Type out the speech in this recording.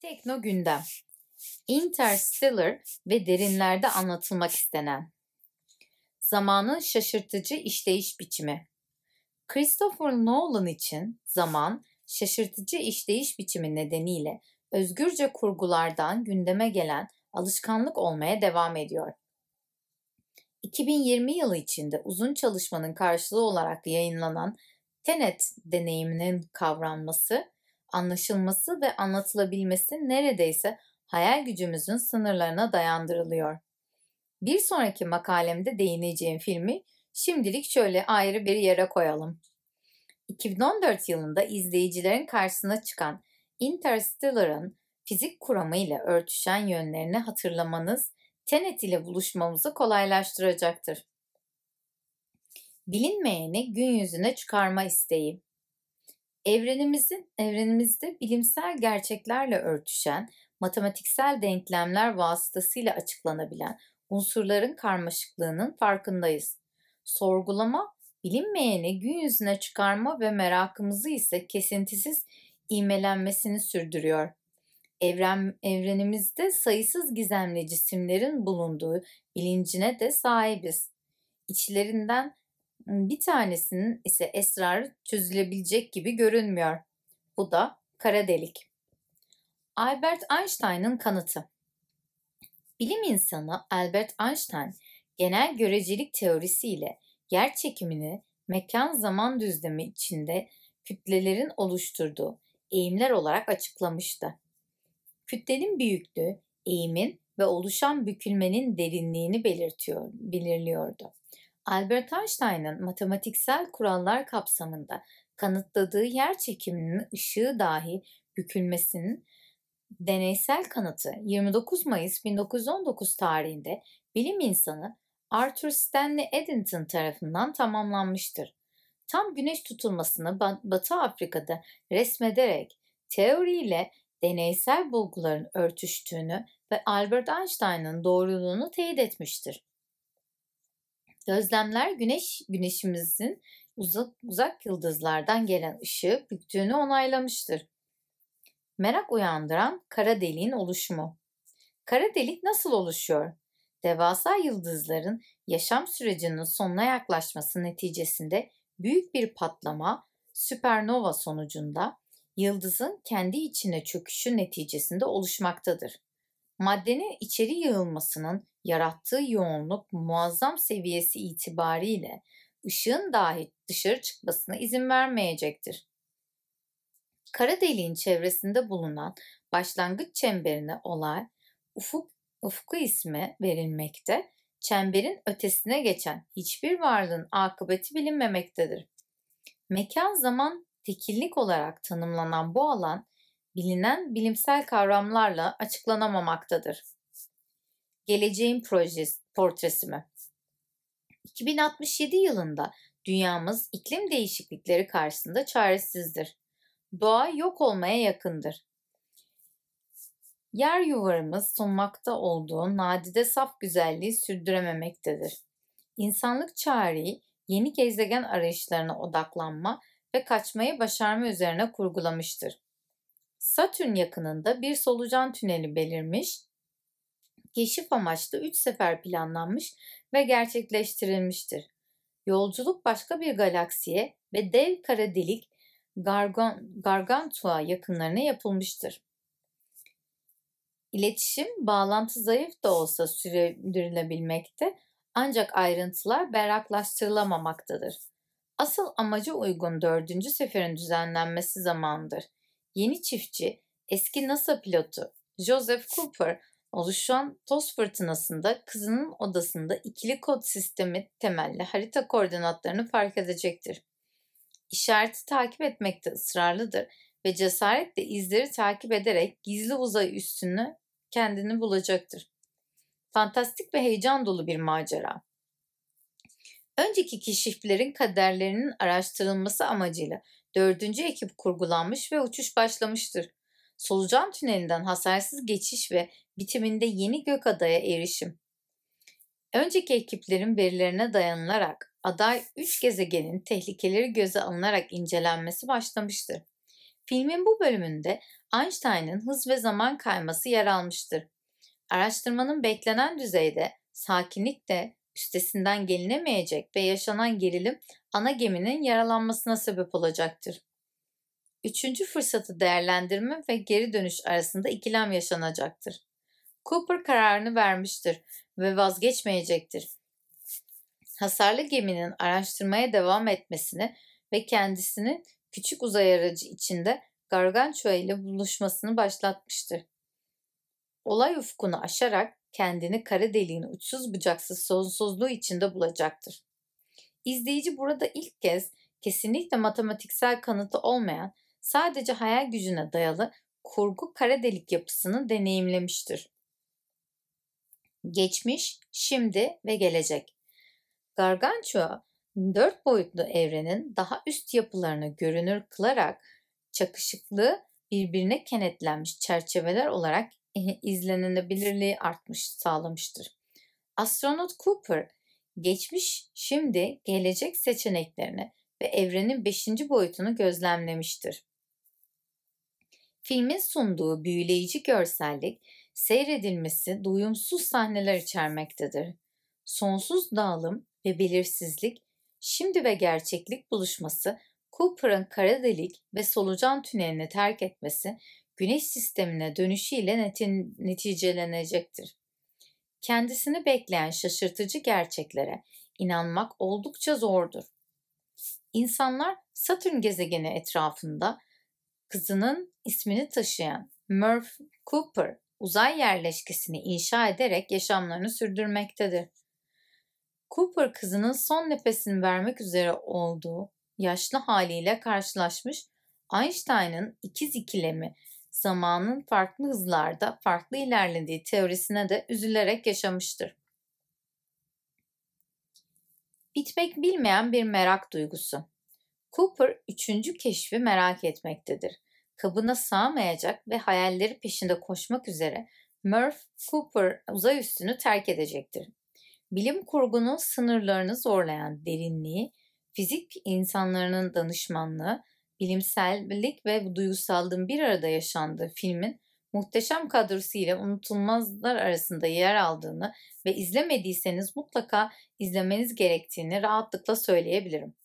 Tekno gündem. Interstellar ve derinlerde anlatılmak istenen. Zamanın şaşırtıcı işleyiş biçimi. Christopher Nolan için zaman, şaşırtıcı işleyiş biçimi nedeniyle özgürce kurgulardan gündeme gelen alışkanlık olmaya devam ediyor. 2020 yılı içinde uzun çalışmanın karşılığı olarak yayınlanan Tenet deneyiminin kavranması, anlaşılması ve anlatılabilmesi neredeyse hayal gücümüzün sınırlarına dayandırılıyor. Bir sonraki makalemde değineceğim filmi şimdilik şöyle ayrı bir yere koyalım. 2014 yılında izleyicilerin karşısına çıkan Interstellar'ın fizik kuramı ile örtüşen yönlerini hatırlamanız Tenet ile buluşmamızı kolaylaştıracaktır. Bilinmeyeni gün yüzüne çıkarma isteği. Evrenimizde bilimsel gerçeklerle örtüşen, matematiksel denklemler vasıtasıyla açıklanabilen unsurların karmaşıklığının farkındayız. Sorgulama, bilinmeyeni gün yüzüne çıkarma ve merakımızı ise kesintisiz ivmelenmesini sürdürüyor. Evrenimizde sayısız gizemli cisimlerin bulunduğu bilincine de sahibiz. İçlerinden bir tanesinin ise esrarı çözülebilecek gibi görünmüyor. Bu da kara delik. Albert Einstein'ın kanıtı. Bilim insanı Albert Einstein, genel görecelik teorisiyle yer çekimini mekan-zaman düzlemi içinde kütlelerin oluşturduğu eğimler olarak açıklamıştı. Kütlenin büyüklüğü, eğimin ve oluşan bükülmenin derinliğini belirliyordu. Albert Einstein'ın matematiksel kurallar kapsamında kanıtladığı yer çekiminin ışığı dahi bükülmesinin deneysel kanıtı 29 Mayıs 1919 tarihinde bilim insanı Arthur Stanley Eddington tarafından tamamlanmıştır. Tam güneş tutulmasını Batı Afrika'da resmederek teoriyle deneysel bulguların örtüştüğünü ve Albert Einstein'ın doğruluğunu teyit etmiştir. Gözlemler güneşimizin uzak yıldızlardan gelen ışığı büktüğünü onaylamıştır. Merak uyandıran kara deliğin oluşumu. Kara delik nasıl oluşuyor? Devasa yıldızların yaşam sürecinin sonuna yaklaşması neticesinde büyük bir patlama, süpernova sonucunda yıldızın kendi içine çöküşü neticesinde oluşmaktadır. Maddenin içeri yığılmasının yarattığı yoğunluk muazzam seviyesi itibariyle ışığın dahi dışarı çıkmasına izin vermeyecektir. Kara deliğin çevresinde bulunan başlangıç çemberine olay ufku ismi verilmekte, çemberin ötesine geçen hiçbir varlığın akıbeti bilinmemektedir. Mekan-zaman tekillik olarak tanımlanan bu alan, bilinen bilimsel kavramlarla açıklanamamaktadır. Geleceğin portresi mi? 2067 yılında dünyamız iklim değişiklikleri karşısında çaresizdir. Doğa yok olmaya yakındır. Yer yuvarımız sunmakta olduğu nadide saf güzelliği sürdürememektedir. İnsanlık çareyi yeni gezegen arayışlarına odaklanma ve kaçmayı başarma üzerine kurgulamıştır. Satürn yakınında bir solucan tüneli belirmiş, keşif amaçlı 3 sefer planlanmış ve gerçekleştirilmiştir. Yolculuk başka bir galaksiye ve dev kara delik Gargantua yakınlarına yapılmıştır. İletişim, bağlantı zayıf da olsa sürdürülebilmekte, ancak ayrıntılar berraklaştırılamamaktadır. Asıl amaca uygun 4. seferin düzenlenmesi zamanıdır. Yeni çiftçi, eski NASA pilotu Joseph Cooper, oluşan toz fırtınasında kızının odasında ikili kod sistemi temelli harita koordinatlarını fark edecektir. İşareti takip etmekte ısrarlıdır ve cesaretle izleri takip ederek gizli uzay üstünü kendini bulacaktır. Fantastik ve heyecan dolu bir macera. Önceki keşiflerin kaderlerinin araştırılması amacıyla 4. ekip kurgulanmış ve uçuş başlamıştır. Solucan tünelinden hasarsız geçiş ve bitiminde yeni Gökada'ya erişim. Önceki ekiplerin verilerine dayanılarak aday 3 gezegenin tehlikeleri göze alınarak incelenmesi başlamıştır. Filmin bu bölümünde Einstein'ın hız ve zaman kayması yer almıştır. Araştırmanın beklenen düzeyde, sakinlikte üstesinden gelinemeyecek ve yaşanan gerilim ana geminin yaralanmasına sebep olacaktır. Üçüncü fırsatı değerlendirme ve geri dönüş arasında ikilem yaşanacaktır. Cooper kararını vermiştir ve vazgeçmeyecektir. Hasarlı geminin araştırmaya devam etmesini ve kendisinin küçük uzay aracı içinde Gargantua ile buluşmasını başlatmıştır. Olay ufkunu aşarak kendini kara deliğin uçsuz bucaksız sonsuzluğu içinde bulacaktır. İzleyici burada ilk kez kesinlikle matematiksel kanıtı olmayan, sadece hayal gücüne dayalı kurgu kara delik yapısını deneyimlemiştir. Geçmiş, şimdi ve gelecek. Gargantua, dört boyutlu evrenin daha üst yapılarını görünür kılarak çakışıklığı birbirine kenetlenmiş çerçeveler olarak izlenilebilirliği sağlamıştır. Astronot Cooper, geçmiş, şimdi, gelecek seçeneklerini ve evrenin 5. boyutunu gözlemlemiştir. Filmin sunduğu büyüleyici görsellik, seyredilmesi doyumsuz sahneler içermektedir. Sonsuz dağılım ve belirsizlik, şimdi ve gerçeklik buluşması, Cooper'ın kara delik ve solucan tünelini terk etmesi, Güneş sistemine dönüşüyle neticelenecektir. Kendisini bekleyen şaşırtıcı gerçeklere inanmak oldukça zordur. İnsanlar Satürn gezegeni etrafında kızının ismini taşıyan Murphy Cooper uzay yerleşkesini inşa ederek yaşamlarını sürdürmektedir. Cooper kızının son nefesini vermek üzere olduğu yaşlı haliyle karşılaşmış, Einstein'ın ikiz ikilemi zamanın farklı hızlarda farklı ilerlediği teorisine de üzülerek yaşamıştır. Bitmek bilmeyen bir merak duygusu. Cooper üçüncü keşfi merak etmektedir. Kabına sığamayacak ve hayalleri peşinde koşmak üzere Murphy Cooper uzay üstünü terk edecektir. Bilim kurgunun sınırlarını zorlayan derinliği, fizik insanlarının danışmanlığı, bilimsellik ve duygusallığın bir arada yaşandığı filmin muhteşem kadrosu ile unutulmazlar arasında yer aldığını ve izlemediyseniz mutlaka izlemeniz gerektiğini rahatlıkla söyleyebilirim.